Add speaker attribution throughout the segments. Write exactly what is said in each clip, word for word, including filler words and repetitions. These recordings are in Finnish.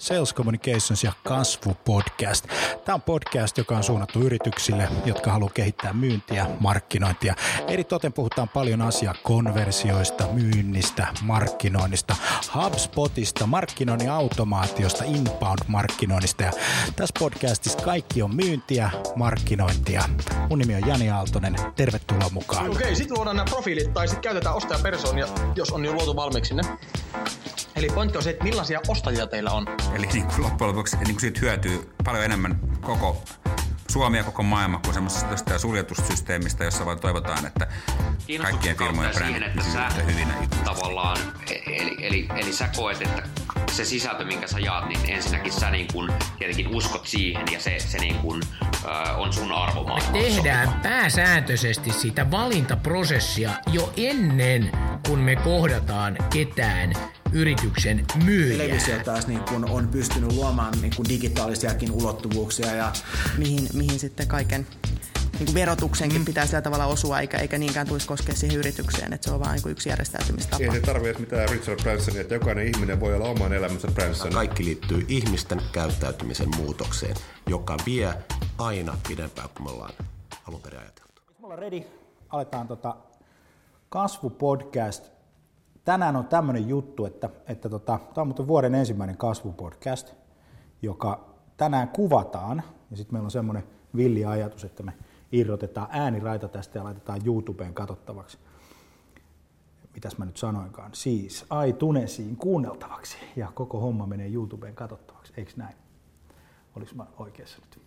Speaker 1: Sales Communications ja kasvupodcast. Tämä on podcast, joka on suunnattu yrityksille, jotka haluaa kehittää myyntiä, markkinointia. Eritoten puhutaan paljon asiaa konversioista, myynnistä, markkinoinnista, HubSpotista, markkinoinnin automaatiosta, inbound-markkinoinnista. Ja tässä podcastissa kaikki on myyntiä, markkinointia. Mun nimi on Jani Aaltonen. Tervetuloa mukaan.
Speaker 2: Okei, okay, sitten luodaan nämä profiilit tai sitten käytetään ostajapersoonia, jos on jo luotu valmiiksi ne. Eli pointti on se, että millaisia ostajia teillä on. Eli
Speaker 3: niin kuin loppujen lopuksi niin kuin siitä hyötyy paljon enemmän koko Suomi ja koko maailma kuin semmoisesta suljetussysteemistä, jossa vaan toivotaan, että kaikkien firmojen brändit pysyvät hyvinä.
Speaker 4: Tavallaan, eli, eli, eli sä koet, että se sisältö, minkä sä jaat, niin ensinnäkin sä niin kun tietenkin uskot siihen ja se, se niin kun, äh, on sun arvomaailma.
Speaker 5: Me tehdään pääsääntöisesti sitä valintaprosessia jo ennen kuin me kohdataan ketään yrityksen myyjää.
Speaker 6: Televisio taas niin kun on pystynyt luomaan niin kun digitaalisiakin ulottuvuuksia. Ja
Speaker 7: mihin, mihin sitten kaiken niin verotuksenkin mm. pitää sillä tavalla osua, eikä, eikä niinkään tulisi koskea siihen yritykseen, että se on vain niin yksi järjestäytymistapa.
Speaker 8: Ei se tarvitse mitään Richard Bransonia, että jokainen ihminen voi olla oman elämänsä Branson.
Speaker 9: Kaikki liittyy ihmisten käyttäytymisen muutokseen, joka vie aina pidempään kuin me ollaan alun perin ajateltu.
Speaker 1: Jos me ollaan ready, aletaan tota kasvupodcast. Tänään on tämmöinen juttu, että, että tota, tämä on muuten vuoden ensimmäinen kasvupodcast, joka tänään kuvataan. Ja sitten meillä on semmoinen villi ajatus, että me irrotetaan ääniraita tästä ja laitetaan YouTubeen katsottavaksi. Mitäs mä nyt sanoinkaan? Siis iTunesiin kuunneltavaksi ja koko homma menee YouTubeen katsottavaksi. Eikö näin? Oliko mä oikeassa nyt?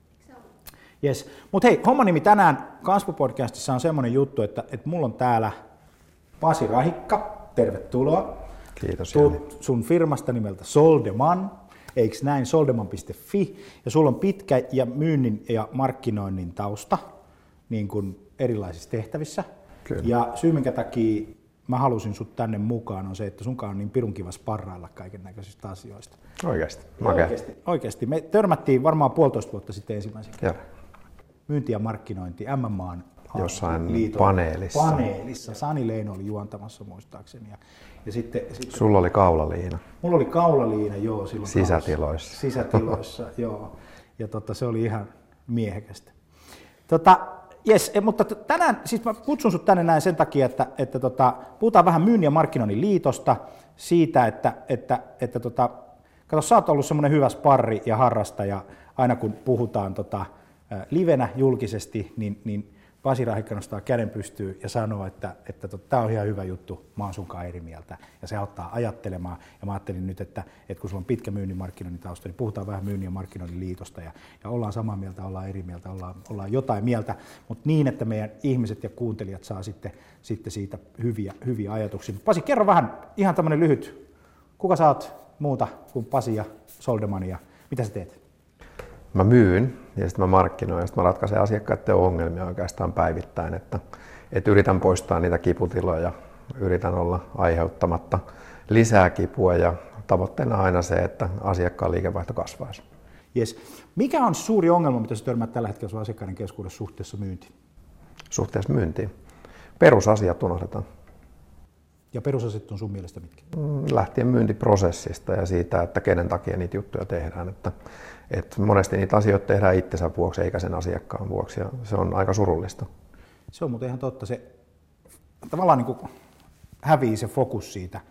Speaker 1: Yes. Mutta hei, homman nimi tänään kasvupodcastissa on semmoinen juttu, että, että mulla on täällä Pasi Rahikka. Tervetuloa.
Speaker 10: Kiitos.
Speaker 1: Tuut sun firmasta nimeltä Soldeman, eikö näin, soldeman piste fi, ja sulla on pitkä ja myynnin ja markkinoinnin tausta niin kuin erilaisissa tehtävissä.
Speaker 10: Kyllä.
Speaker 1: Ja syy, minkä takia mä halusin sut tänne mukaan, on se, että sunkaan on niin pirun kiva sparrailla kaiken näköisistä asioista.
Speaker 10: Oikeasti? Makea.
Speaker 1: Oikeasti. Oikeasti. Me törmättiin varmaan puolitoista vuotta sitten ensimmäisen kerran.
Speaker 10: Joo.
Speaker 1: Myynti ja markkinointi M M A:n
Speaker 10: jossain
Speaker 1: liiton
Speaker 10: paneelissa.
Speaker 1: paneelissa. Sani Leino oli juontamassa muistaakseni. Ja, ja sitten, sitten,
Speaker 10: Sulla oli kaulaliina.
Speaker 1: Mulla oli kaulaliina, joo. Silloin
Speaker 10: sisätiloissa.
Speaker 1: Kaulassa. Sisätiloissa, joo. Ja tota, se oli ihan miehekästä. Tota, yes, mutta tänään, siis mä kutsun sut tänne näin sen takia, että, että tota, puhutaan vähän myynnin ja markkinoinnin liitosta, siitä, että, että, että tota, kato, sä oot ollut semmoinen hyvä sparri ja harrastaja, aina kun puhutaan tota, livenä julkisesti, niin, niin Pasi Rahikka nostaa käden pystyyn ja sanoo, että, että tämä on ihan hyvä juttu, mä oon sunkaan eri mieltä. Ja se auttaa ajattelemaan. Ja mä ajattelin nyt, että, että kun sulla on pitkä myynnin markkinoinnin tausta, niin puhutaan vähän myynnin ja markkinoinnin liitosta. Ja, ja ollaan samaa mieltä, ollaan eri mieltä, ollaan, ollaan jotain mieltä. Mutta niin, että meidän ihmiset ja kuuntelijat saa sitten, sitten siitä hyviä, hyviä ajatuksia. Pasi, kerro vähän, ihan tämmöinen lyhyt. Kuka sä oot muuta kuin Pasi ja Soldeman ja mitä sä teet?
Speaker 10: Mä myyn ja sitten mä markkinoin ja sitten mä ratkaisen asiakkaiden ongelmia oikeastaan päivittäin, että, että yritän poistaa niitä kiputiloja, yritän olla aiheuttamatta lisää kipua ja tavoitteena aina se, että asiakkaan liikevaihto kasvaisi.
Speaker 1: Yes. Mikä on suuri ongelma, mitä sä törmäät tällä hetkellä sun asiakkaiden keskuudessa suhteessa myyntiin?
Speaker 10: Suhteessa myyntiin? Perusasiat unohdetaan.
Speaker 1: Ja perusasiat on sun mielestä mitkä?
Speaker 10: Lähtien myyntiprosessista ja siitä, että kenen takia niitä juttuja tehdään. Että, että monesti niitä asioita tehdään itsensä vuoksi eikä sen asiakkaan vuoksi ja se on aika surullista.
Speaker 1: Se on muuten ihan totta. Se tavallaan niin kuin hävii se fokus siitä,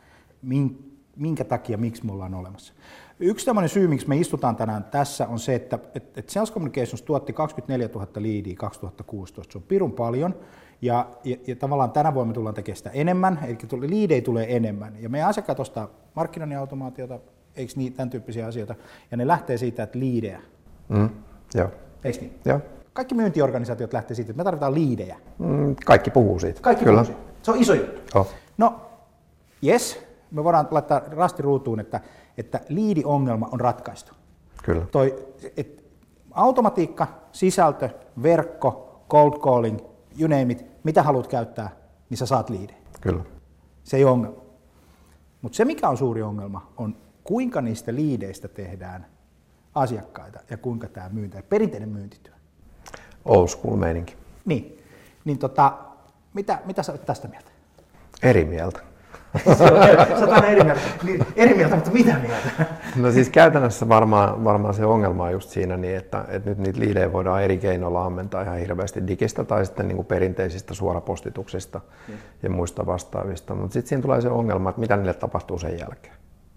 Speaker 1: minkä takia, miksi me ollaan olemassa. Yksi tämmöinen syy, miksi me istutaan tänään tässä, on se, että, että Sales Communications tuotti kaksikymmentäneljätuhatta liidiä kaksituhattakuusitoista. Se on pirun paljon. Ja, ja, ja tavallaan tänä vuonna me tullaan tekemään sitä enemmän, eli liidejä tulee enemmän. Ja meidän asiakkaat ostaa markkinoinnin automaatiota, eikö niin, tämän tyyppisiä asioita, ja ne lähtee siitä, että liidejä.
Speaker 10: Mm, joo.
Speaker 1: Eikö niin?
Speaker 10: Joo.
Speaker 1: Kaikki myyntiorganisaatiot lähtee siitä, että me tarvitaan liidejä.
Speaker 10: Mm, kaikki puhuu siitä.
Speaker 1: Kaikki
Speaker 10: Kyllä.
Speaker 1: puhuu siitä. Se on iso juttu.
Speaker 10: Oh.
Speaker 1: No, jes, me voidaan laittaa rasti ruutuun, että, että liidiongelma on ratkaistu.
Speaker 10: Kyllä.
Speaker 1: Toi, et, automatiikka, sisältö, verkko, cold calling, you name it, mitä haluat käyttää, niin sä saat liidejä.
Speaker 10: Kyllä.
Speaker 1: Se ei ole ongelma. Mutta se, mikä on suuri ongelma, on kuinka niistä liideistä tehdään asiakkaita ja kuinka tämä myynti, perinteinen myyntityö.
Speaker 10: Old school meininki.
Speaker 1: Niin, niin tota, mitä, mitä sä olet tästä mieltä?
Speaker 10: Eri mieltä.
Speaker 1: Sä oot aina eri mieltä, niin, eri mieltä, mutta mitä mieltä?
Speaker 10: No siis käytännössä varmaan, varmaan se ongelma on just siinä, niin että, että nyt niitä liidejä voidaan eri keinoilla ammentaa ihan hirveästi digistä tai sitten niin kuin perinteisistä suorapostituksista mm. ja muista vastaavista. Mutta sitten siinä tulee se ongelma, että mitä niille tapahtuu sen jälkeen.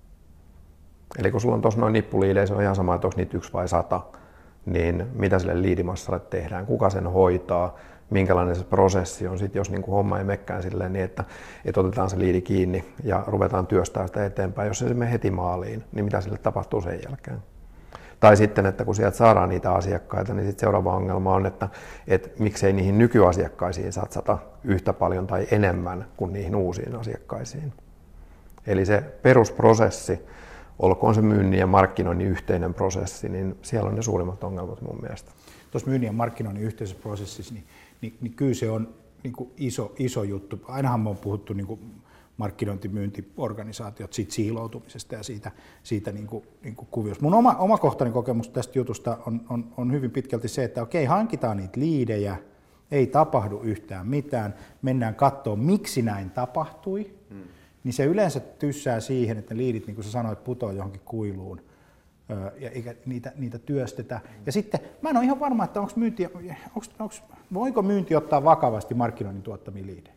Speaker 10: Eli kun sulla on tuossa noin nippuliidejä, se on ihan sama, että onko niitä yksi vai sata, niin mitä sille liidimassalle tehdään, kuka sen hoitaa, minkälainen se prosessi on, sit jos niin kuin homma ei mekkään silleen niin, että, että otetaan se liidi kiinni ja ruvetaan työstämään sitä eteenpäin. Jos se menee heti maaliin, niin mitä sille tapahtuu sen jälkeen? Tai sitten, että kun sieltä saadaan niitä asiakkaita, niin sit seuraava ongelma on, että, että miksei niihin nykyasiakkaisiin satsata yhtä paljon tai enemmän kuin niihin uusiin asiakkaisiin. Eli se perusprosessi, olkoon se myynnin ja markkinoinnin yhteinen prosessi, niin siellä on ne suurimmat ongelmat mun mielestä.
Speaker 1: Tuossa myynnin ja markkinoinnin yhteisessä prosessissa, niin, niin, niin kyllä se on niin kuin iso, iso juttu. Ainahan me on puhuttu niin kuin markkinointimyyntiorganisaatiot siitä siiloutumisesta ja siitä, siitä niin kuin, niin kuin kuviosta. Mun oma, omakohtainen kokemus tästä jutusta on, on, on hyvin pitkälti se, että okei, hankitaan niitä liidejä, ei tapahdu yhtään mitään, mennään katsomaan, miksi näin tapahtui, hmm. niin se yleensä tyssää siihen, että ne liidit, niin kuin sä sanoit, putoaa johonkin kuiluun. Ja eikä niitä, niitä työstetä. Ja sitten mä en ole ihan varma, että onko myynti, onko, onko, voiko myynti ottaa vakavasti markkinoinnin tuottamia liidejä?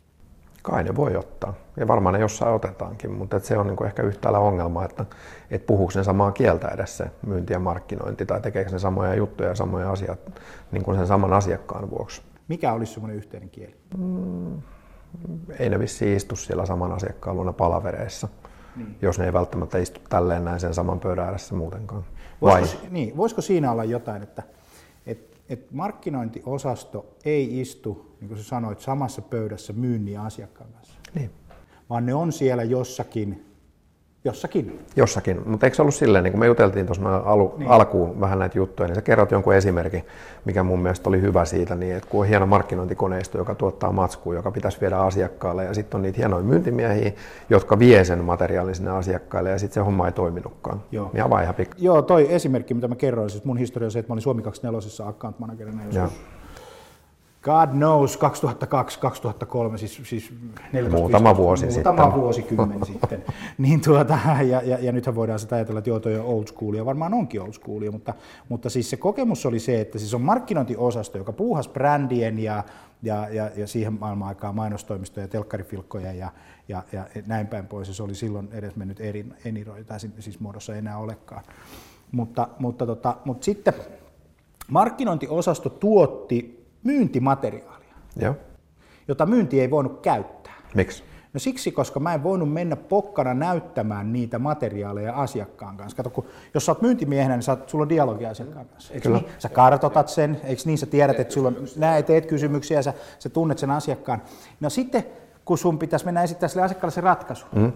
Speaker 10: Kai ne voi ottaa. Ja varmaan ne jossain otetaankin, mutta se on niinku ehkä yhtäällä ongelma, että et puhuuko ne samaa kieltä edes se myynti ja markkinointi, tai tekeekö ne samoja juttuja ja samoja asioita niin kuin sen saman asiakkaan vuoksi.
Speaker 1: Mikä olisi semmoinen yhteinen kieli?
Speaker 10: Mm, ei ne vissiin istu siellä saman asiakkaan luona palavereissa. Niin. Jos ne ei välttämättä istu tälleen näin sen saman pöydän ääressä muutenkaan.
Speaker 1: Voisiko, niin, voisiko siinä olla jotain, että et, et markkinointiosasto ei istu, niin kuin sä sanoit, samassa pöydässä myynnin ja asiakkaan kanssa,
Speaker 10: niin.
Speaker 1: vaan ne on siellä jossakin, jossakin.
Speaker 10: Jossakin, mutta eikö se ollut silleen, niin kun me juteltiin tuossa alu, niin. alkuun vähän näitä juttuja, niin sä kerrot jonkun esimerkin, mikä mun mielestä oli hyvä siitä, niin että kun on hieno markkinointikoneisto, joka tuottaa matskua, joka pitäisi viedä asiakkaalle, ja sitten on niitä hienoja myyntimiehiä, jotka vie sen materiaalin sinne asiakkaille, ja sitten se homma ei toiminutkaan.
Speaker 1: Joo.
Speaker 10: Ja vaan ihan pik-
Speaker 1: Joo, toi esimerkki, mitä mä kerroin, siis mun historia on se, että mä olin Suomi kaksikymmentäneljä account managerina joskus. God knows, kaksituhattakaksi kaksituhattakolme, siis, siis neljätoista,
Speaker 10: muutama vuosi
Speaker 1: muutama
Speaker 10: sitten.
Speaker 1: Muutama vuosikymmen sitten. Niin tuota, ja, ja, ja nythän voidaan sitä ajatella, että joo, toi on old schoolia, varmaan onkin old schoolia, mutta, mutta siis se kokemus oli se, että siis on markkinointiosasto, joka puuhasi brändien ja, ja, ja, ja siihen maailman aikaan mainostoimistoja, telkkarifilkkoja ja, ja, ja näin päin pois, ja se oli silloin edes mennyt eri, Eniro, tai siis muodossa ei enää olekaan. Mutta, mutta, tota, mutta sitten markkinointiosasto tuotti myyntimateriaalia,
Speaker 10: Joo.
Speaker 1: jota myynti ei voinut käyttää.
Speaker 10: Miksi?
Speaker 1: No siksi, koska mä en voinut mennä pokkana näyttämään niitä materiaaleja asiakkaan kanssa. Kato, kun, jos sä oot myyntimiehenä, niin sä oot, sulla on dialogia asiakkaan kanssa. Eikö niin? Sä kartoitat sen, eikö niin? Sä tiedät, että sulla on, näin, teet kysymyksiä ja sä, sä tunnet sen asiakkaan. No sitten, kun sun pitäisi mennä esittää sille asiakkaalle se ratkaisu, mm.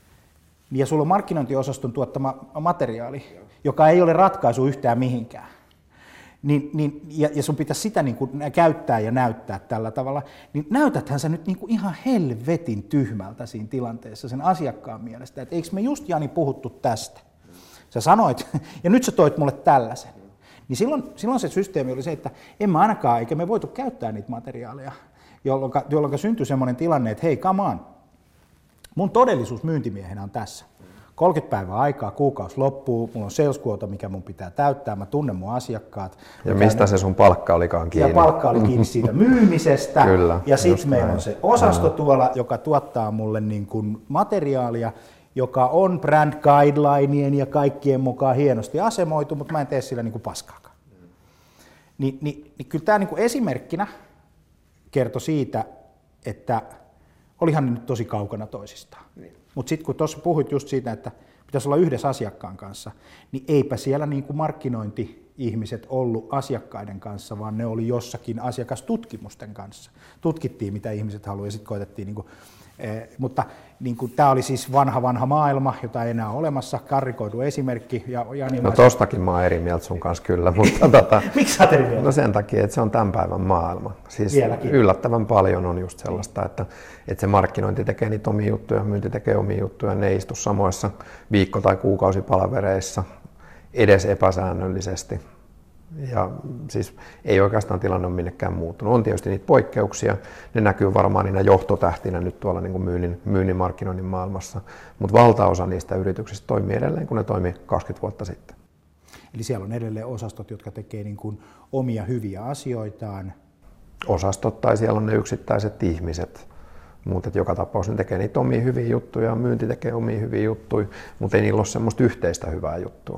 Speaker 1: ja sulla on markkinointiosaston tuottama materiaali, joka ei ole ratkaisu yhtään mihinkään, Niin, niin, ja, ja sun pitäisi sitä niin kuin käyttää ja näyttää tällä tavalla, niin näytäthän sä nyt niin kuin ihan helvetin tyhmältä siinä tilanteessa sen asiakkaan mielestä, että eikö me just Jani puhuttu tästä? Sä sanoit, ja nyt sä toit mulle tällaisen. Niin silloin, silloin se systeemi oli se, että en mä ainakaan, eikä me voitu käyttää niitä materiaaleja, jolloin, jolloin syntyi semmoinen tilanne, että hei, come on, mun todellisuus myyntimiehenä on tässä. kolmekymmentä päivää aikaa, kuukausi loppuu, mulla on sales quota, mikä mun pitää täyttää, mä tunnen mun asiakkaat.
Speaker 10: Ja mistä se sun palkka olikaan kiinni?
Speaker 1: Ja palkka oli kiinni siitä myymisestä.
Speaker 10: Kyllä,
Speaker 1: ja sitten meillä on se osasto tuolla, joka tuottaa mulle niin kuin materiaalia, joka on brand guidelineen ja kaikkien mukaan hienosti asemoitu, mutta mä en tee sillä niin kuin paskaakaan. Ni, niin, niin kyllä tämä niin kuin esimerkkinä kertoi siitä, että olihan ne nyt tosi kaukana toisistaan. Niin. Mutta sitten kun tuossa puhuit just siitä, että pitäisi olla yhdessä asiakkaan kanssa, niin eipä siellä niin kuin markkinointi-ihmiset ollut asiakkaiden kanssa, vaan ne oli jossakin asiakastutkimusten kanssa. Tutkittiin, mitä ihmiset haluaa, ja sitten koetettiin, niin kuin, eh, mutta niin kuin, tämä oli siis vanha vanha maailma, jota ei enää ole olemassa, karrikoidu esimerkki. Ja, ja niin
Speaker 10: no tostakin mä oon eri mieltä sun kanssa kyllä, mutta tota,
Speaker 1: miksi sä oot eri mieltä?
Speaker 10: No sen takia, että se on tämän päivän maailma. Siis vieläkin. Yllättävän paljon on just sellaista, että, että se markkinointi tekee niitä omia juttuja, myynti tekee omia juttuja, ne ei istu samoissa viikko- tai kuukausipalavereissa edes epäsäännöllisesti. Ja siis ei oikeastaan tilanne ole minnekään muuttunut. On tietysti niitä poikkeuksia, ne näkyy varmaan niinä johtotähtinä nyt tuolla niin kuin myynnin, myynnin markkinoinnin maailmassa, mutta valtaosa niistä yrityksistä toimii edelleen kuin ne toimi kaksikymmentä vuotta sitten.
Speaker 1: Eli siellä on edelleen osastot, jotka tekee niin kuin omia hyviä asioitaan.
Speaker 10: Osastot tai siellä on ne yksittäiset ihmiset, mutta joka tapauksessa ne tekee niitä omia hyviä juttuja, myynti tekee omia hyviä juttuja, mutta ei niillä ole semmoista yhteistä hyvää juttua.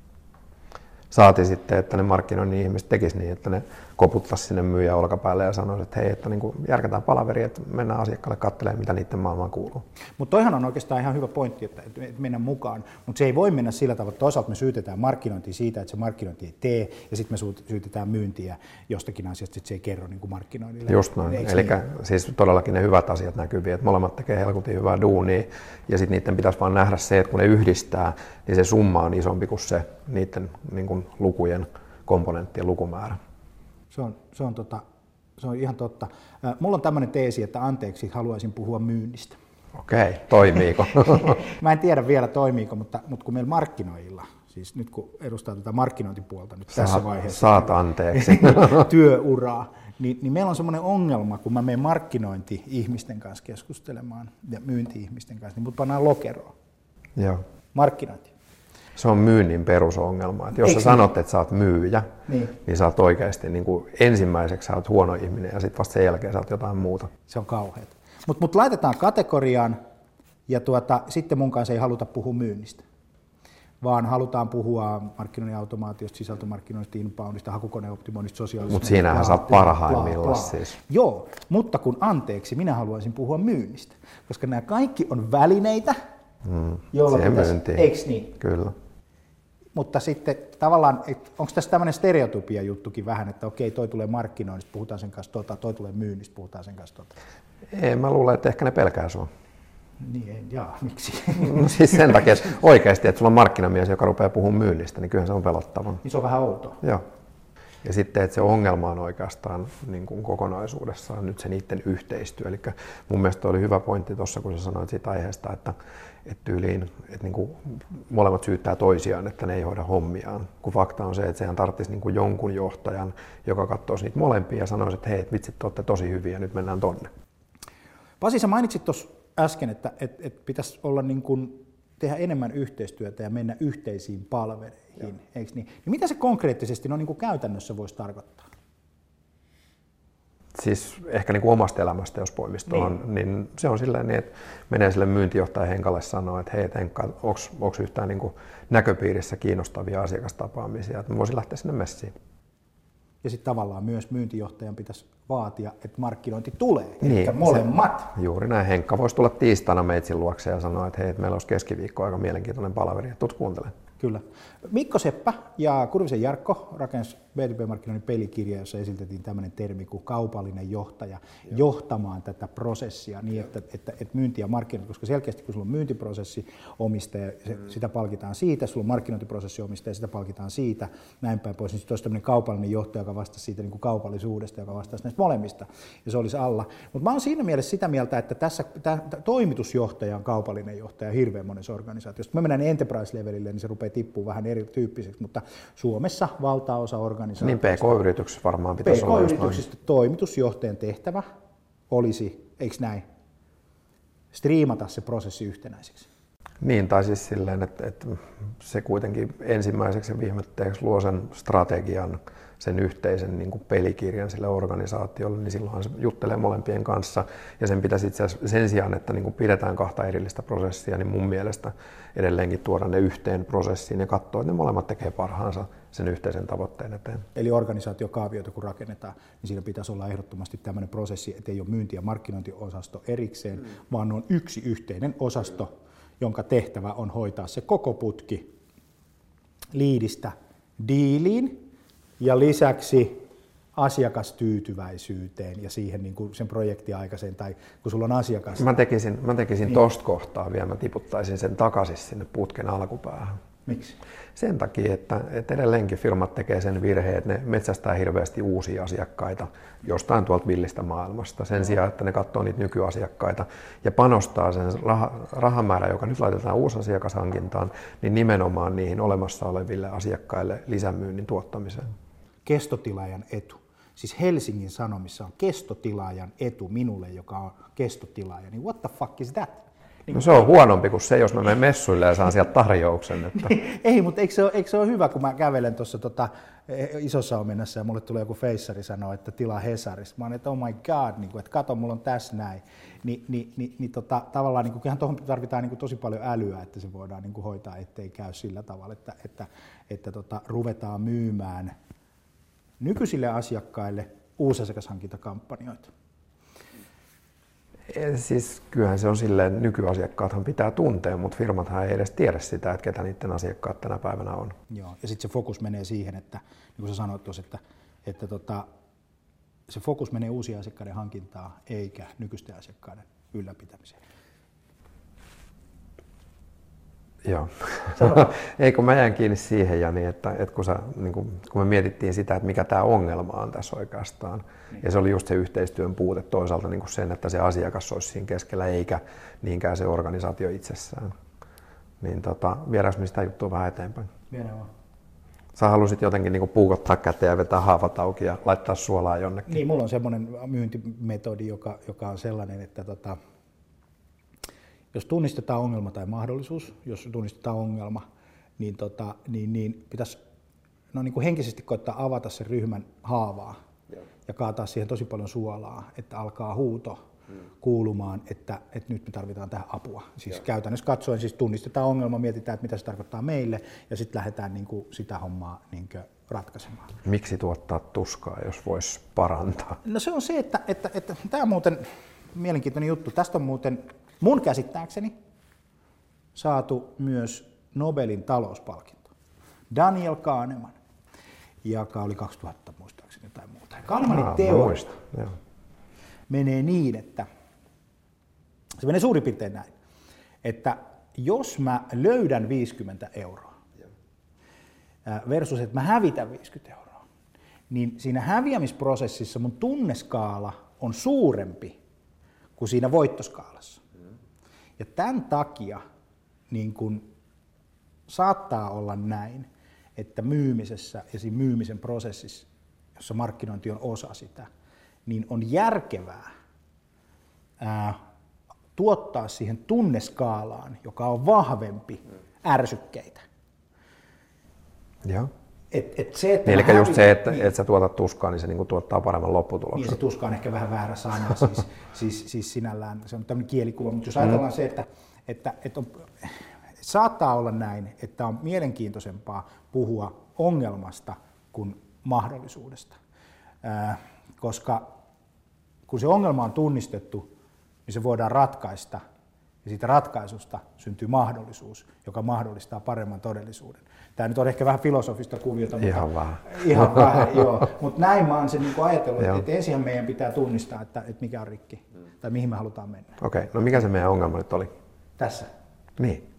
Speaker 10: Saati sitten, että ne markkinoinnin ihmiset tekisivät niin, että ne koputtaisiin sinne myyjän olkapäälle ja sanoisivat, että hei, että niin kuin järkätään palaveri, että mennään asiakkaalle katselemaan, mitä niiden maailmaan kuuluu.
Speaker 1: Mutta toihan on oikeastaan ihan hyvä pointti, että mennään mukaan, mutta se ei voi mennä sillä tavalla, että toisaalta me syytetään markkinointia siitä, että se markkinointi ei tee, ja sitten me syytetään myyntiä jostakin asiasta, että se ei kerro niin kuin markkinoinnille.
Speaker 10: Just noin, eli niin? Siis todellakin ne hyvät asiat näkyviä, että molemmat tekee helkutin hyvää duunia, ja sitten niiden pitäisi vaan nähdä se, että kun ne yhdistää, niin se summa on isompi kuin se niiden niin kuin lukujen komponenttien lukumäärä.
Speaker 1: Se on, se, on tota, se on ihan totta. Mulla on tämmöinen teesi, että anteeksi, haluaisin puhua myynnistä.
Speaker 10: Okei, toimiiko?
Speaker 1: Mä en tiedä vielä toimiiko, mutta, mutta kun meillä markkinoilla, siis nyt kun edustaa tätä markkinointipuolta nyt tässä
Speaker 10: saat,
Speaker 1: vaiheessa.
Speaker 10: Saat anteeksi.
Speaker 1: Työuraa. Niin, niin meillä on semmoinen ongelma, kun mä menen markkinointi-ihmisten kanssa keskustelemaan ja myynti-ihmisten kanssa, niin mut pannaan lokeroon.
Speaker 10: Joo.
Speaker 1: Markkinointi.
Speaker 10: Se on myynnin perusongelma. Että jos Eikö sä niin? sanot, että sä oot myyjä, niin, niin sä oot oikeasti niin kuin ensimmäiseksi sä oot huono ihminen ja sitten vasta sen jälkeen sä oot jotain muuta.
Speaker 1: Se on kauheata. Mutta mut laitetaan kategoriaan ja tuota, sitten mun kanssa ei haluta puhua myynnistä, vaan halutaan puhua markkinoinnin automaatiosta, sisältömarkkinoinnista, inboundista, hakukoneoptimoinnista, sosiaalisesta.
Speaker 10: Mutta siinähän sä oot parhaimmillaan siis.
Speaker 1: Joo, mutta kun anteeksi, minä haluaisin puhua myynnistä, koska nämä kaikki on välineitä,
Speaker 10: mm,
Speaker 1: joilla pitäisi, eikö niin?
Speaker 10: Kyllä.
Speaker 1: Mutta sitten tavallaan, onko tässä tämmöinen stereotypia juttukin vähän, että okei, toi tulee markkinoinnista, puhutaan sen kanssa tota, toi tulee myynnistä, puhutaan sen kanssa tota.
Speaker 10: Ei, mä luulen, että ehkä ne pelkää sua.
Speaker 1: Niin, ei, jaa, miksi?
Speaker 10: No siis sen takia, että oikeasti, että sulla on markkinamies, joka rupeaa puhumaan myynnistä, niin kyllähän se on pelottava.
Speaker 1: Niin se on vähän outoa.
Speaker 10: Joo. Ja sitten, että se ongelma on oikeastaan niin kuin kokonaisuudessaan nyt se niiden yhteistyö. Eli mun mielestä oli hyvä pointti tuossa, kun sä sanoit siitä aiheesta, että, että tyyliin, että niin kuin molemmat syyttää toisiaan, että ne ei hoida hommiaan. Kun fakta on se, että sehän tarvitsisi niin kuin jonkun johtajan, joka katsoisi niitä molempia ja sanoisi, että hei, vitsit, te olette tosi hyviä, nyt mennään tonne.
Speaker 1: Pasi, sä mainitsit tuossa äsken, että, että, että pitäisi olla niin kuin tehdä enemmän yhteistyötä ja mennä yhteisiin palveleihin, eikö niin? Niin mitä se konkreettisesti no, niin kuin käytännössä voisi tarkoittaa?
Speaker 10: Siis ehkä niin kuin omasta elämästä, jos poimisi tuohon, niin. niin se on silleen niin, että menee sille myyntijohtajan Henkalle sanoa, että hei Henkka, onko yhtään niin kuin näköpiirissä kiinnostavia asiakastapaamisia, että mä voisin lähteä sinne messiin.
Speaker 1: Ja sitten tavallaan myös myyntijohtajan pitäisi vaatia, että markkinointi tulee,
Speaker 10: niin,
Speaker 1: eli molemmat.
Speaker 10: Se, juuri näin. Henkka voisi tulla tiistaina meitsin luokse ja sanoa, että hei, että meillä olisi keskiviikko aika mielenkiintoinen palaveri, että tuut kuuntelemaan.
Speaker 1: Kyllä. Mikko Seppä ja Kurvisen Jarkko rakensi B two B-markkinoinnin pelikirja, jossa esiteltiin tämmöinen termi kuin kaupallinen johtaja Joo. johtamaan tätä prosessia niin, että, että, että myynti ja markkinointi, koska selkeästi kun sulla on myyntiprosessi omistaja, se, mm. sitä palkitaan siitä, sulla on markkinointiprosessi omistaja, sitä palkitaan siitä, näin päin pois, niin sitten olisi tämmöinen kaupallinen johtaja, joka vastasi siitä niin kuin kaupallisuudesta, joka vastasi näistä molemmista, ja se olisi alla. Mutta mä oon siinä mielessä sitä mieltä, että tässä tämä toimitusjohtaja on kaupallinen johtaja hirveän monessa organisaatiossa. Jos me mennään enterprise-levelille, niin se rupeaa tippuu vähän erityyppiseksi, mutta Suomessa valtaosa organisaatioista.
Speaker 10: Niin P K-yrityksissä varmaan pitäisi olla.
Speaker 1: P K-yrityksistä toimitusjohtajan tehtävä olisi, eikö näin, striimata se prosessi yhtenäiseksi.
Speaker 10: Niin, tai siis silleen, että, että se kuitenkin ensimmäiseksi ja viimeiseksi luo sen strategian, sen yhteisen niin kuin pelikirjan sille organisaatiolle, niin silloin se juttelee molempien kanssa. Ja sen pitäisi itse asiassa sen sijaan, että niin kuin pidetään kahta erillistä prosessia, niin mun mielestä edelleenkin tuoda ne yhteen prosessiin ja katsoa, että ne molemmat tekee parhaansa sen yhteisen tavoitteen eteen.
Speaker 1: Eli organisaatiokaavioita kun rakennetaan, niin siinä pitäisi olla ehdottomasti tämmöinen prosessi, että ei ole myynti- ja markkinointiosasto erikseen, mm. vaan on yksi yhteinen osasto, jonka tehtävä on hoitaa se koko putki liidistä diiliin ja lisäksi asiakastyytyväisyyteen ja siihen niin kuin sen projektiaikaiseen tai kun sulla on asiakas.
Speaker 10: Mä tekisin, mä tekisin niin. tosta kohtaa vielä, mä tiputtaisin sen takaisin sinne putken alkupäähän.
Speaker 1: Miksi?
Speaker 10: Sen takia, että, että edelleenkin firmat tekee sen virheen, että ne metsästää hirveästi uusia asiakkaita jostain tuolta villistä maailmasta. Sen sijaan, että ne katsoo niitä nykyasiakkaita ja panostaa sen rah- rahamäärän, joka nyt laitetaan uusasiakashankintaan, niin nimenomaan niihin olemassa oleville asiakkaille lisämyynnin tuottamiseen.
Speaker 1: kestotilaajan etu. Siis Helsingin Sanomissa on kestotilaajan etu minulle, joka on kestotilaaja. Niin what the fuck is that? Niin
Speaker 10: no se on huonompi kuin se, jos mä menen messuille ja saan sieltä tarjouksen. Että...
Speaker 1: Ei, mutta eikö se, ole, eikö se ole hyvä, kun mä kävelen tuossa tota, Isossa Omenassa ja mulle tulee joku feissari sanoo, että tilaa Hesarista. Mä oon, että oh my god, niin kuin, että kato, mulla on tässä näin. Ni, ni, ni, ni, tota, tavallaan niin kuin, tuohon tarvitaan niin kuin, tosi paljon älyä, että se voidaan niin kuin, hoitaa, ettei käy sillä tavalla, että, että, että tota, ruvetaan myymään nykyisille asiakkaille uusasiakashankintakampanjoita.
Speaker 10: Siis kyllähän se on silleen, nykyasiakkaathan pitää tuntea, mutta firmathan ei edes tiedä sitä, että ketä niiden asiakkaat tänä päivänä on.
Speaker 1: Joo, ja sitten se fokus menee siihen, että niin kuin sä sanoit tuossa, että, että tota, se fokus menee uusien asiakkaiden hankintaan eikä nykyisten asiakkaiden ylläpitämiseen.
Speaker 10: Joo. Ei kun mä jäin kiinni siihen, Jani, että, että kun, sä, niin kun, kun me mietittiin sitä, että mikä tämä ongelma on tässä oikeastaan, niin. Ja se oli just se yhteistyön puute toisaalta niin kuin sen, että se asiakas olisi siinä keskellä eikä niinkään se organisaatio itsessään. Niin tota, viedäänkö me sitä juttua vähän eteenpäin?
Speaker 1: Viedään vaan.
Speaker 10: Sä halusit jotenkin niin kuin puukottaa käteen ja vetää haavat auki ja laittaa suolaa jonnekin.
Speaker 1: Niin, mulla on semmoinen myyntimetodi, joka, joka on sellainen, että tota, jos tunnistetaan ongelma tai mahdollisuus, jos tunnistetaan ongelma, niin, tota, niin, niin pitäisi no, niin kuin henkisesti koittaa avata sen ryhmän haavaa Joo. ja kaataa siihen tosi paljon suolaa, että alkaa huuto hmm. kuulumaan, että, että nyt me tarvitaan tähän apua. Siis Joo. käytännössä katsoen siis tunnistetaan ongelma, mietitään, että mitä se tarkoittaa meille ja sitten lähdetään niin kuin sitä hommaa niin kuin ratkaisemaan.
Speaker 10: Miksi tuottaa tuskaa, jos voisi parantaa?
Speaker 1: No se on se, että, että, että tämä on muuten mielenkiintoinen juttu. Tästä on muuten mun käsittääkseni saatu myös Nobelin talouspalkinto. Daniel Kahneman, joka oli kaksituhatta muistaakseni jotain muuta. Kahnemanin teoria menee niin, että se menee suurin piirtein näin, että jos mä löydän viisikymmentä euroa versus että mä hävitän viisikymmentä euroa, niin siinä häviämisprosessissa mun tunneskaala on suurempi kuin siinä voittoskaalassa. Ja tämän takia niin kun saattaa olla näin, että myymisessä ja siinä myymisen prosessissa, jossa markkinointi on osa sitä, niin on järkevää ää, tuottaa siihen tunneskaalaan, joka on vahvempi, ärsykkeitä.
Speaker 10: Joo.
Speaker 1: Et, et se, että
Speaker 10: Eli just se, että niin, et sä tuotat tuskaa, niin se niinku tuottaa paremman lopputuloksen.
Speaker 1: Niin, se tuska on ehkä vähän väärä sana, siis, siis, siis sinällään se on tämmöinen kielikuva, mutta jos ajatellaan mm. se, että, että, että on, saattaa olla näin, että on mielenkiintoisempaa puhua ongelmasta kuin mahdollisuudesta, äh, koska kun se ongelma on tunnistettu, niin se voidaan ratkaista ja siitä ratkaisusta syntyy mahdollisuus, joka mahdollistaa paremman todellisuuden. Tämä nyt on ehkä vähän filosofista kuviota,
Speaker 10: ihan
Speaker 1: mutta,
Speaker 10: vähän.
Speaker 1: Ihan vähän, joo. Mutta näin mä oon sen niin ajatellut, että, että ensin meidän pitää tunnistaa, että, että mikä on rikki tai mihin me halutaan mennä.
Speaker 10: Okei, no mikä se meidän ongelma nyt oli?
Speaker 1: Tässä.
Speaker 10: Niin.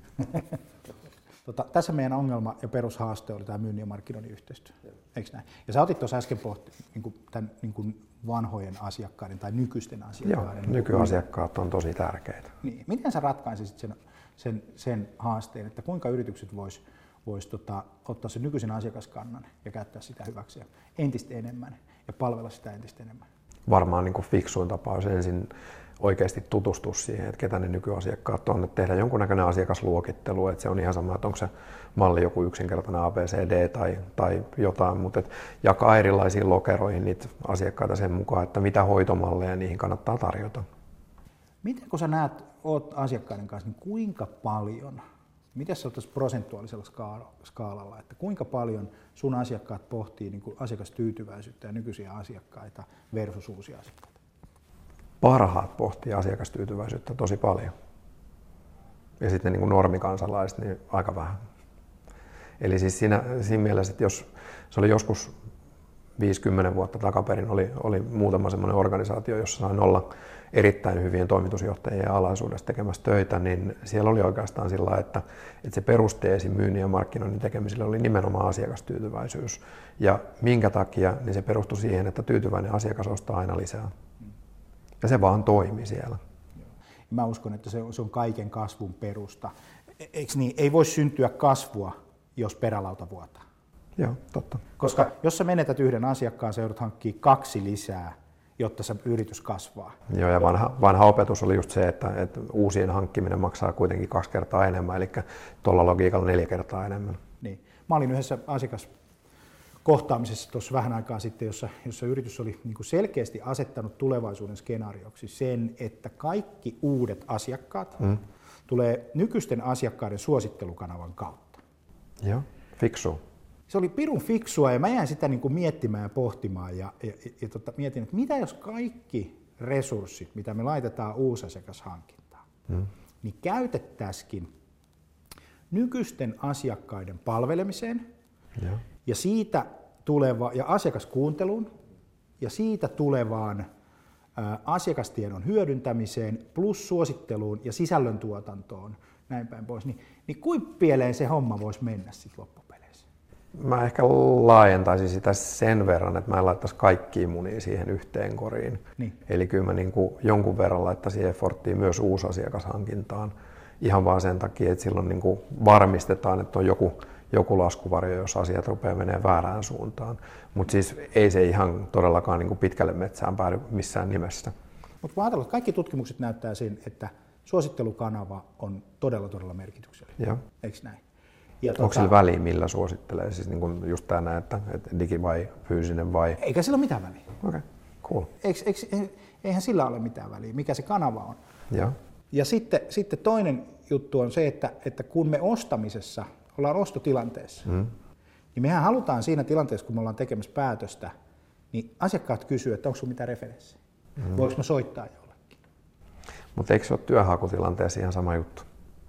Speaker 1: tota, tässä meidän ongelma ja perushaaste oli tämä myynnin ja markkinoinnin yhteistyö. Eikö näin? Ja sä otit tuossa äsken pohti niin kuin tämän niin kuin vanhojen asiakkaiden tai nykyisten asiakkaiden.
Speaker 10: Joo, nykyasiakkaat on tosi tärkeitä.
Speaker 1: Niin. Miten sä ratkaisisit sen, sen, sen haasteen, että kuinka yritykset vois, vois tota, ottaa sen nykyisen asiakaskannan ja käyttää sitä hyväksi entistä enemmän ja palvella sitä entistä enemmän?
Speaker 10: Varmaan niin kuin fiksuin tapa olisi ensin oikeasti tutustua siihen, että ketä ne nykyasiakkaat on, että tehdä jonkunnäköinen asiakasluokittelu, että se on ihan sama, että onko se malli joku yksinkertainen A B C D tai, tai jotain, mutta että jakaa erilaisiin lokeroihin niitä asiakkaita sen mukaan, että mitä hoitomalleja niihin kannattaa tarjota.
Speaker 1: Miten kun sä näet, oot asiakkaiden kanssa, niin kuinka paljon, miten sä oot prosentuaalisella skaalalla, että kuinka paljon sun asiakkaat pohtii niin kuin asiakastyytyväisyyttä ja nykyisiä asiakkaita versus uusia asiakkaita?
Speaker 10: Parhaat pohtii asiakastyytyväisyyttä tosi paljon. Ja sitten niin kuin normikansalaiset, niin aika vähän. Eli siis siinä, siinä mielessä, että jos se oli joskus viisikymmentä vuotta takaperin, oli, oli muutama semmoinen organisaatio, jossa sain olla erittäin hyvien toimitusjohtajien alaisuudessa tekemässä töitä, niin siellä oli oikeastaan sillä, että, että se perusteesi myynnin ja markkinoinnin tekemiselle oli nimenomaan asiakastyytyväisyys. Ja minkä takia, niin se perustui siihen, että tyytyväinen asiakas ostaa aina lisää. Ja se vaan toimi siellä.
Speaker 1: Mä uskon, että se on kaiken kasvun perusta. Eikö niin? Ei voi syntyä kasvua, jos perälauta vuotaa.
Speaker 10: Joo, totta.
Speaker 1: Koska jos sä menetät yhden asiakkaan, sä joudut hankkimaan kaksi lisää, jotta se yritys kasvaa.
Speaker 10: Joo, ja vanha, vanha opetus oli just se, että, että uusien hankkiminen maksaa kuitenkin kaksi kertaa enemmän, eli tuolla logiikalla neljä kertaa enemmän.
Speaker 1: Niin. Mä olin yhdessä asiakaskohtaamisessa tuossa vähän aikaa sitten, jossa, jossa yritys oli niin kuin selkeästi asettanut tulevaisuuden skenaarioksi sen, että kaikki uudet asiakkaat mm. tulee nykyisten asiakkaiden suosittelukanavan kautta.
Speaker 10: Joo, fiksu.
Speaker 1: Se oli pirun fiksua ja mä jäin sitä niin kuin miettimään ja pohtimaan ja, ja, ja, ja tota, mietin, että mitä jos kaikki resurssit, mitä me laitetaan uusasiakashankintaan, mm. niin käytettäisikin nykyisten asiakkaiden palvelemiseen ja, ja siitä tuleva, ja asiakaskuunteluun ja siitä tulevaan ä, asiakastiedon hyödyntämiseen plus suositteluun ja sisällöntuotantoon, näin päin pois, niin, niin kuinka pieleen se homma voisi mennä sitten loppupeleissä?
Speaker 10: Mä ehkä laajentaisin sitä sen verran, että mä en laittaisi kaikkia munia siihen yhteen koriin. Niin. Eli kyllä mä niin kuin jonkun verran laittaisin efforttia myös uusasiakashankintaan. Ihan vaan sen takia, että silloin niin kuin varmistetaan, että on joku, joku laskuvarjo, jos asiat rupeaa menemään väärään suuntaan. Mutta siis ei se ihan todellakaan niin kuin pitkälle metsään päädy missään nimessä.
Speaker 1: Mutta mä ajatellaan, että kaikki tutkimukset näyttää sen, että suosittelukanava on todella, todella merkityksellinen. Joo. Eikö näin? Ja
Speaker 10: Onko
Speaker 1: tuota,
Speaker 10: sillä väliä, millä suosittelee? Siis niin kuin just tämä, että, että digi vai fyysinen vai?
Speaker 1: Eikä sillä ole mitään väliä.
Speaker 10: Okei, okay, cool.
Speaker 1: Eikö, eikö, eihän sillä ole mitään väliä, mikä se kanava on.
Speaker 10: Ja,
Speaker 1: ja sitten, sitten toinen juttu on se, että, että kun me ostamisessa ollaan ostotilanteessa, mm. niin mehän halutaan siinä tilanteessa, kun me ollaan tekemässä päätöstä, niin asiakkaat kysyy, että onko sinulla mitään referenssiä? Mm. Voinko mä soittaa jollekin?
Speaker 10: Mutta eikö se ole työhakutilanteessa ihan sama juttu?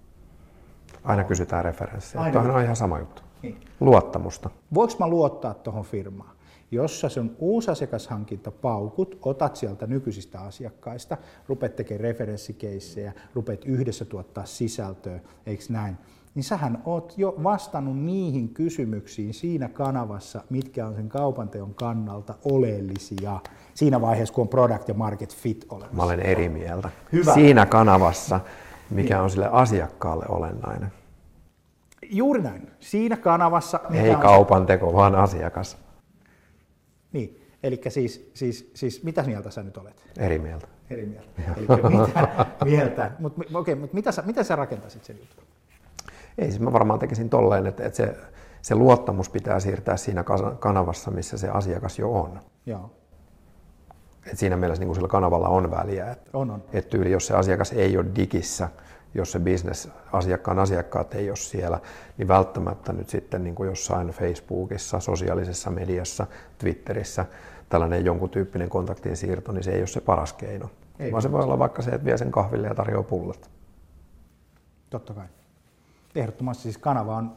Speaker 10: Aina kysytään referenssiä. Tuohan on ihan sama juttu. Niin. Luottamusta.
Speaker 1: Voinko mä luottaa tuohon firmaan? Jos sä sun uusasiakashankintapaukut otat sieltä nykyisistä asiakkaista, rupeat tekemään referenssikeissejä, rupeat yhdessä tuottaa sisältöä, eikö näin? Niin sähän oot jo vastannut niihin kysymyksiin siinä kanavassa, mitkä on sen kaupanteon kannalta oleellisia. Siinä vaiheessa, kun on product ja market fit olemassa.
Speaker 10: Mä olen eri mieltä.
Speaker 1: Hyvä.
Speaker 10: Siinä kanavassa, mikä on sille asiakkaalle olennainen.
Speaker 1: Juuri näin. Siinä kanavassa...
Speaker 10: Ei on... kaupanteko, vaan asiakas.
Speaker 1: Niin, eli siis, siis, siis mitä mieltä sä nyt olet?
Speaker 10: Eri mieltä.
Speaker 1: Eri mieltä. Eli mitä mieltä? Mutta okay, mut mitä, sä, mitä sä rakentaisit sen jutun?
Speaker 10: Ei, siis mä varmaan tekisin tolleen, että, että se, se luottamus pitää siirtää siinä kanavassa, missä se asiakas jo on.
Speaker 1: Joo.
Speaker 10: Et siinä mielessä niin sillä kanavalla on väliä. Että,
Speaker 1: on, on.
Speaker 10: Et tyyli, jos se asiakas ei ole digissä, jos se business, asiakkaan asiakkaat ei ole siellä, niin välttämättä nyt sitten niin kuin jossain Facebookissa, sosiaalisessa mediassa, Twitterissä tällainen jonkun tyyppinen kontaktin siirto, niin se ei ole se paras keino. Ei vaan se voi olla vaikka se, että vie sen kahville ja tarjoaa pullat.
Speaker 1: Totta kai. Ehdottomasti siis kanava on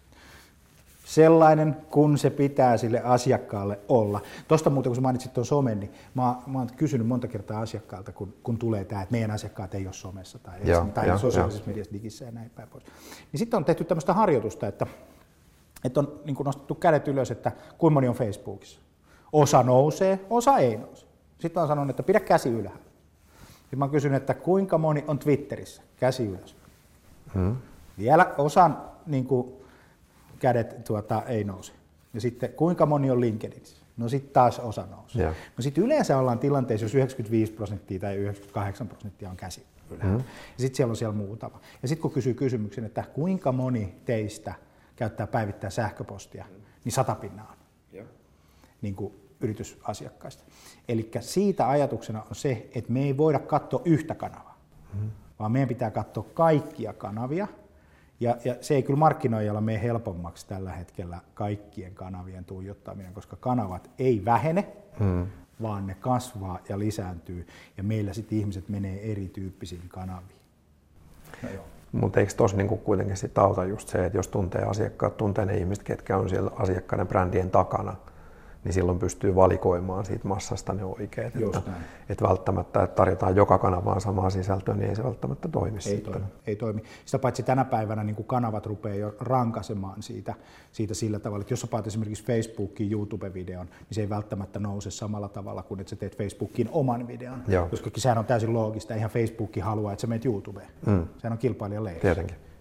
Speaker 1: sellainen, kun se pitää sille asiakkaalle olla. Tuosta muuten, kun sä mainitsit tuon somen, niin mä, mä oon kysynyt monta kertaa asiakkaalta, kun, kun tulee tämä, että meidän asiakkaat ei ole somessa tai,
Speaker 10: joo,
Speaker 1: tai
Speaker 10: jo,
Speaker 1: sosiaalisessa mediassa, digissä ja näin päin pois. Niin sitten on tehty tämmöistä harjoitusta, että, että on niin kuin nostettu kädet ylös, että kuinka moni on Facebookissa. Osa nousee, osa ei nouse. Sitten mä oon sanonut, että pidä käsi ylhäällä. Sitten mä oon kysynyt, että kuinka moni on Twitterissä, käsi ylös. Hmm. Vielä osan niin kuin, kädet tuota, ei nouse. Ja sitten kuinka moni on LinkedInissä? No sitten taas osa nousee. Yeah. No sitten yleensä ollaan tilanteessa, jos yhdeksänkymmentäviisi prosenttia tai yhdeksänkymmentäkahdeksan prosenttia on käsi ylhäällä. Mm. Ja sitten siellä on siellä muutama. Ja sitten kun kysyy kysymyksen, että kuinka moni teistä käyttää päivittäin sähköpostia, niin sata pinnaa on yeah. niin kuin yritysasiakkaista. Eli siitä ajatuksena on se, että me ei voida katsoa yhtä kanavaa, mm. vaan meidän pitää katsoa kaikkia kanavia. Ja, ja se ei kyllä markkinoijalla mene helpommaksi tällä hetkellä kaikkien kanavien tuijottaminen, koska kanavat ei vähene, hmm. vaan ne kasvaa ja lisääntyy. Ja meillä sitten ihmiset menee erityyppisiin kanaviin. No
Speaker 10: mutta eikö tuossa niinku kuitenkin sit auta just se, että jos tuntee asiakkaat, tuntee ne ihmiset, ketkä on siellä asiakkaiden brändien takana, niin silloin pystyy valikoimaan siitä massasta ne oikeat. Että, että välttämättä, että tarjotaan joka kanavaan samaa sisältöä, niin ei se välttämättä toimi.
Speaker 1: Ei
Speaker 10: sitten.
Speaker 1: toimi, ei toimi. Sitä paitsi tänä päivänä niin kuin kanavat rupeaa jo rankasemaan siitä, siitä sillä tavalla, että jos sä paat esimerkiksi Facebookiin YouTube-videon, niin se ei välttämättä nouse samalla tavalla kuin että sä teet Facebookiin oman videon. Joo. Koska sehän on täysin loogista, eihän Facebookin halua, että sä menet YouTubeen. Mm. Sehän on kilpailijan leirissä.
Speaker 10: Tietenkin.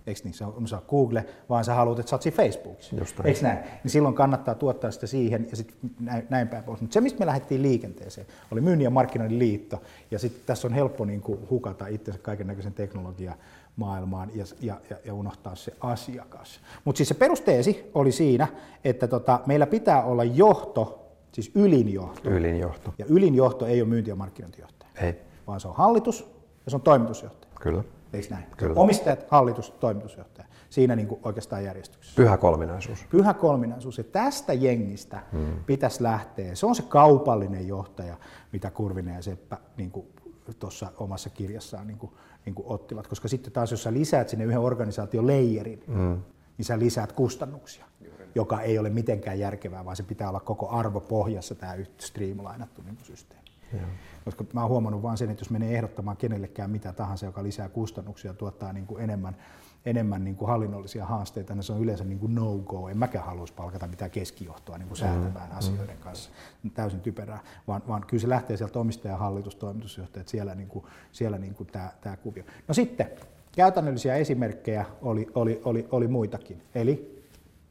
Speaker 1: Eikö niin? Se on, se on Google, vaan sä haluat, että sä oot siinä Facebookissa. Eikö näin? Niin silloin kannattaa tuottaa sitä siihen ja sitten näin, näin päin pois. Mutta se, mistä me lähdettiin liikenteeseen, oli myynnin ja markkinoinnin liitto. Ja sitten tässä on helppo niin kuin hukata itsensä kaikennäköisen teknologiamaailmaan ja, ja, ja, ja unohtaa se asiakas. Mutta siis se perusteesi oli siinä, että tota, meillä pitää olla johto, siis ylinjohto.
Speaker 10: Ylinjohto.
Speaker 1: Ja ylinjohto ei ole myynti- ja markkinointijohtaja.
Speaker 10: Ei.
Speaker 1: Vaan se on hallitus ja se on toimitusjohtaja.
Speaker 10: Kyllä.
Speaker 1: Eikö näin?
Speaker 10: Kyllä.
Speaker 1: Omistajat, hallitus, toimitusjohtaja. Siinä niin kuin oikeastaan järjestyksessä.
Speaker 10: Pyhä kolminaisuus.
Speaker 1: Pyhä kolminaisuus. Ja tästä jengistä hmm. pitäisi lähteä. Se on se kaupallinen johtaja, mitä Kurvinen ja Seppä niin kuin tuossa omassa kirjassaan niin kuin, niin kuin ottivat. Koska sitten taas, jos sä lisäät sinne yhden organisaation leijerin, hmm. niin sä lisäät kustannuksia, joka ei ole mitenkään järkevää, vaan se pitää olla koko arvopohjassa tämä streamlainattu niin kuin systeemi. Ja. Koska mä oon huomannut vaan sen, että jos menee ehdottamaan kenellekään mitä tahansa, joka lisää kustannuksia ja tuottaa niin kuin enemmän, enemmän niin kuin hallinnollisia haasteita, niin se on yleensä niin kuin no-go. En mäkään haluaisi palkata mitään keskijohtoa niin kuin säätämään mm. asioiden kanssa. Täysin typerää, vaan, vaan kyllä se lähtee sieltä omistaja, hallitus, toimitusjohtajat, siellä, niin kuin, siellä niin kuin tämä, tämä kuvio. No sitten käytännöllisiä esimerkkejä oli, oli, oli, oli muitakin. Eli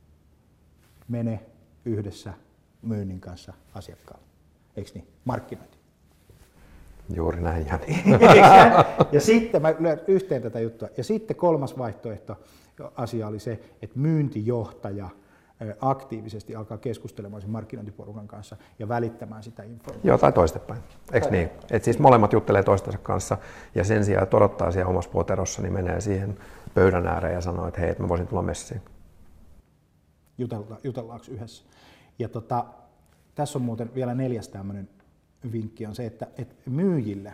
Speaker 1: mene yhdessä myynnin kanssa asiakkaalle. Eikö niin? Markkinointi.
Speaker 10: Juuri näin, Jani.
Speaker 1: Ja sitten mä lyön yhteen tätä juttua. Ja sitten kolmas vaihtoehto asia oli se, että myyntijohtaja aktiivisesti alkaa keskustelemaan sen markkinointiporukan kanssa ja välittämään sitä informaatiota.
Speaker 10: Joo, tai toistepäin. Eikö niin? Et siis molemmat juttelee toistensa kanssa ja sen sijaan, että odottaa siellä omassa poterossa, niin menee siihen pöydän ääreen ja sanoo, että hei, että mä voisin tulla messiin.
Speaker 1: Jutella, jutellaanko yhdessä? Ja tota, tässä on muuten vielä neljäs tämmöinen vinkki on se, että, että myyjille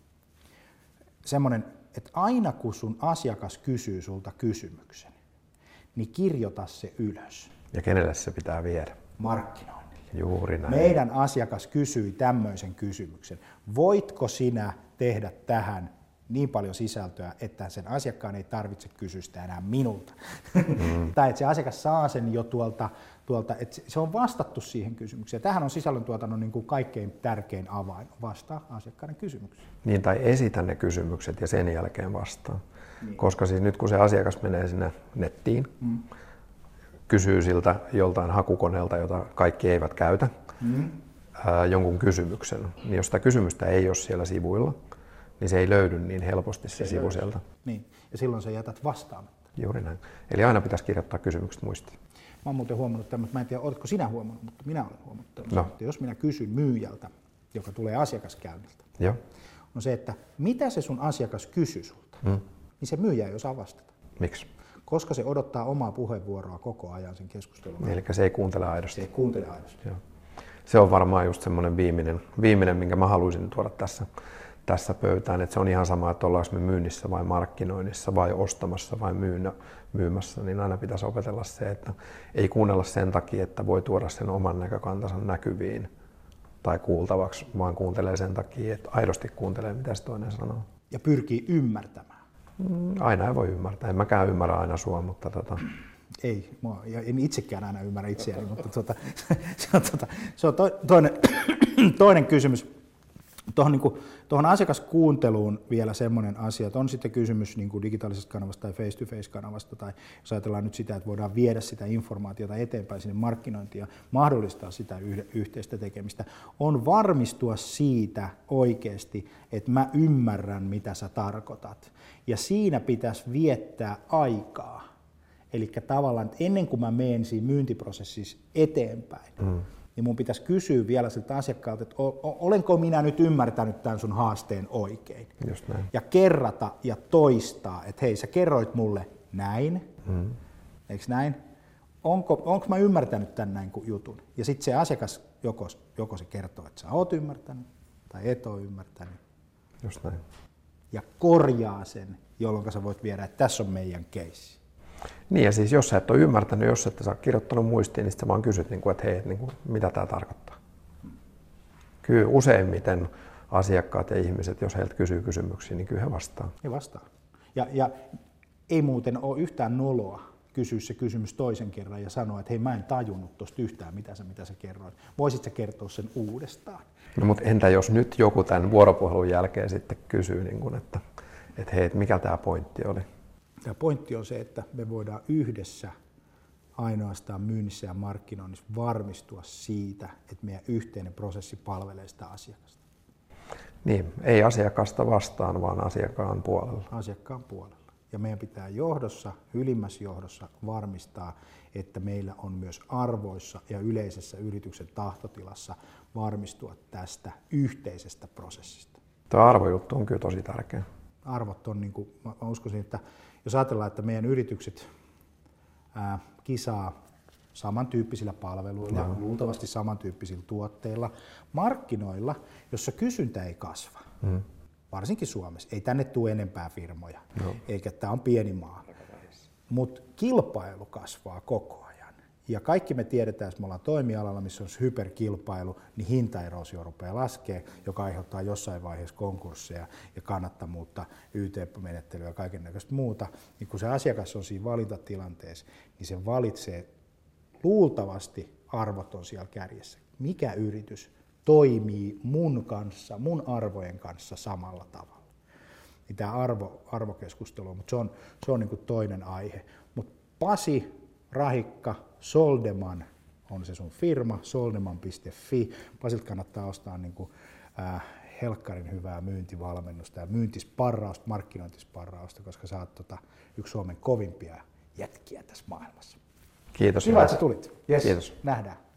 Speaker 1: semmoinen, että aina kun sun asiakas kysyy sulta kysymyksen, niin kirjoita se ylös.
Speaker 10: Ja kenelle se pitää viedä?
Speaker 1: Markkinoinnille.
Speaker 10: Juuri näin.
Speaker 1: Meidän asiakas kysyi tämmöisen kysymyksen. Voitko sinä tehdä tähän niin paljon sisältöä, että sen asiakkaan ei tarvitse kysyä sitä enää minulta? Mm. Tai että se asiakas saa sen jo tuolta, tuolta, että se on vastattu siihen kysymykseen. Tämähän on sisällöntuotannon niin kuin kaikkein tärkein avain, vastaa asiakkaiden kysymyksiin.
Speaker 10: Niin, tai esitä ne kysymykset ja sen jälkeen vastaa. Niin. Koska siis nyt kun se asiakas menee sinne nettiin, mm. kysyy siltä joltain hakukoneelta, jota kaikki eivät käytä, mm. ää, jonkun kysymyksen, niin jos sitä kysymystä ei ole siellä sivuilla, niin se ei löydy niin helposti se, se sivu sieltä.
Speaker 1: Niin, ja silloin sä jätät vastaamatta.
Speaker 10: Juuri näin. Eli aina pitäisi kirjoittaa kysymykset muistiin.
Speaker 1: Mä oon muuten huomannut tämmöistä, mä en tiedä, oletko sinä huomannut, mutta minä olen huomannut tämmöistä, no. että jos minä kysyn myyjältä, joka tulee asiakaskäynniltä,
Speaker 10: Joo.
Speaker 1: on se, että mitä se sun asiakas kysyy sulta, mm. niin se myyjä ei osaa vastata.
Speaker 10: Miksi?
Speaker 1: Koska se odottaa omaa puheenvuoroa koko ajan sen keskustelun.
Speaker 10: Eli se ei kuuntele aidosti.
Speaker 1: Se ei kuuntele aidosti.
Speaker 10: Joo. Se on varmaan just semmoinen viimeinen, viimeinen, minkä mä haluaisin tuoda tässä, tässä pöytään. Että se on ihan sama, että ollaanko me myynnissä vai markkinoinnissa vai ostamassa vai myynnä, myymässä, niin aina pitäisi opetella se, että ei kuunnella sen takia, että voi tuoda sen oman näkökantansa näkyviin tai kuultavaksi, vaan kuuntelee sen takia, että aidosti kuuntelee, mitä se toinen sanoo.
Speaker 1: Ja pyrkii ymmärtämään.
Speaker 10: Aina ei voi ymmärtää. En mäkään ymmärrä aina sua, mutta tota...
Speaker 1: Ei, mua, ja en itsekään aina ymmärrä itseäni, mutta tuota, se on, tuota, se on to, toinen, toinen kysymys. Tuohon, niin kuin, tuohon asiakaskuunteluun vielä semmoinen asia, että on sitten kysymys niin kuin digitaalisesta kanavasta tai face-to-face-kanavasta, tai jos ajatellaan nyt sitä, että voidaan viedä sitä informaatiota eteenpäin sinne markkinointiin ja mahdollistaa sitä yhteistä tekemistä, on varmistua siitä oikeasti, että mä ymmärrän, mitä sä tarkoitat. Ja siinä pitäisi viettää aikaa. Eli tavallaan, että ennen kuin mä menen siinä myyntiprosessissa eteenpäin, mm. niin mun pitäisi kysyä vielä siltä asiakkaalta, että olenko minä nyt ymmärtänyt tämän sun haasteen oikein.
Speaker 10: Just näin.
Speaker 1: Ja kerrata ja toistaa, että hei, sä kerroit mulle näin, mm. eikö näin? Onko, onko mä ymmärtänyt tämän näin jutun? Ja sitten se asiakas joko, joko se kertoo, että sä oot ymmärtänyt tai et ole ymmärtänyt.
Speaker 10: Just näin.
Speaker 1: Ja korjaa sen, jolloin sä voit viedä, että tässä on meidän keissi.
Speaker 10: Niin ja siis jos sä et ole ymmärtänyt, jos et sä ole kirjoittanut muistiin, niin sä vaan kysyt, että hei, mitä tämä tarkoittaa. Kyllä useimmiten asiakkaat ja ihmiset, jos heiltä kysyy kysymyksiä, niin kyllä he vastaa.
Speaker 1: He vastaa. Ja, ja ei muuten ole yhtään noloa kysyä se kysymys toisen kerran ja sanoa, että hei, mä en tajunnut tuosta yhtään, mitä sä, mitä sä kerroit. Voisit sä kertoa sen uudestaan?
Speaker 10: No mutta entä jos nyt joku tämän vuoropuhelun jälkeen sitten kysyy, niin kun, että, että hei, mikä tämä pointti oli?
Speaker 1: Tämä pointti on se, että me voidaan yhdessä ainoastaan myynnissä ja markkinoinnissa varmistua siitä, että meidän yhteinen prosessi palvelee sitä asiakasta.
Speaker 10: Niin, ei asiakasta vastaan, vaan asiakkaan puolella.
Speaker 1: Asiakkaan puolella. Ja meidän pitää johdossa, ylimmässä johdossa varmistaa, että meillä on myös arvoissa ja yleisessä yrityksen tahtotilassa varmistua tästä yhteisestä prosessista.
Speaker 10: Tämä arvojuttu on kyllä tosi tärkeä.
Speaker 1: Arvot on, niin kuin, mä uskoisin, että jos ajatellaan, että meidän yritykset ää, kisaa samantyyppisillä palveluilla, Joo. luultavasti samantyyppisillä tuotteilla, markkinoilla, jossa kysyntä ei kasva. Mm. Varsinkin Suomessa. Ei tänne tule enempää firmoja, no. eikä tämä on pieni maa. Mutta kilpailu kasvaa koko ajan. Ja kaikki me tiedetään, että me ollaan toimialalla, missä on hyperkilpailu, niin hintaeroosio rupeaa laskee, joka aiheuttaa jossain vaiheessa konkursseja ja kannattamuutta, Y T-menettelyä ja kaikennäköistä muuta. Niin kun se asiakas on siinä valintatilanteessa, niin se valitsee luultavasti arvot on siellä kärjessä. Mikä yritys toimii mun kanssa, mun arvojen kanssa samalla tavalla. Niin tämä arvo, arvokeskustelu, mutta se on, se on niin kuin toinen aihe. Mutta Pasi, Rahikka, Soldeman on se sun firma, soldeman piste fi. Pasilta kannattaa ostaa niin kuin, äh, helkkarin hyvää myyntivalmennusta ja myyntisparrausta, markkinointisparrausta, koska sä oot tota, yksi Suomen kovimpia jätkiä tässä maailmassa.
Speaker 10: Kiitos.
Speaker 1: Kiva, että sä tulit.
Speaker 10: Yes. Kiitos.
Speaker 1: Nähdään.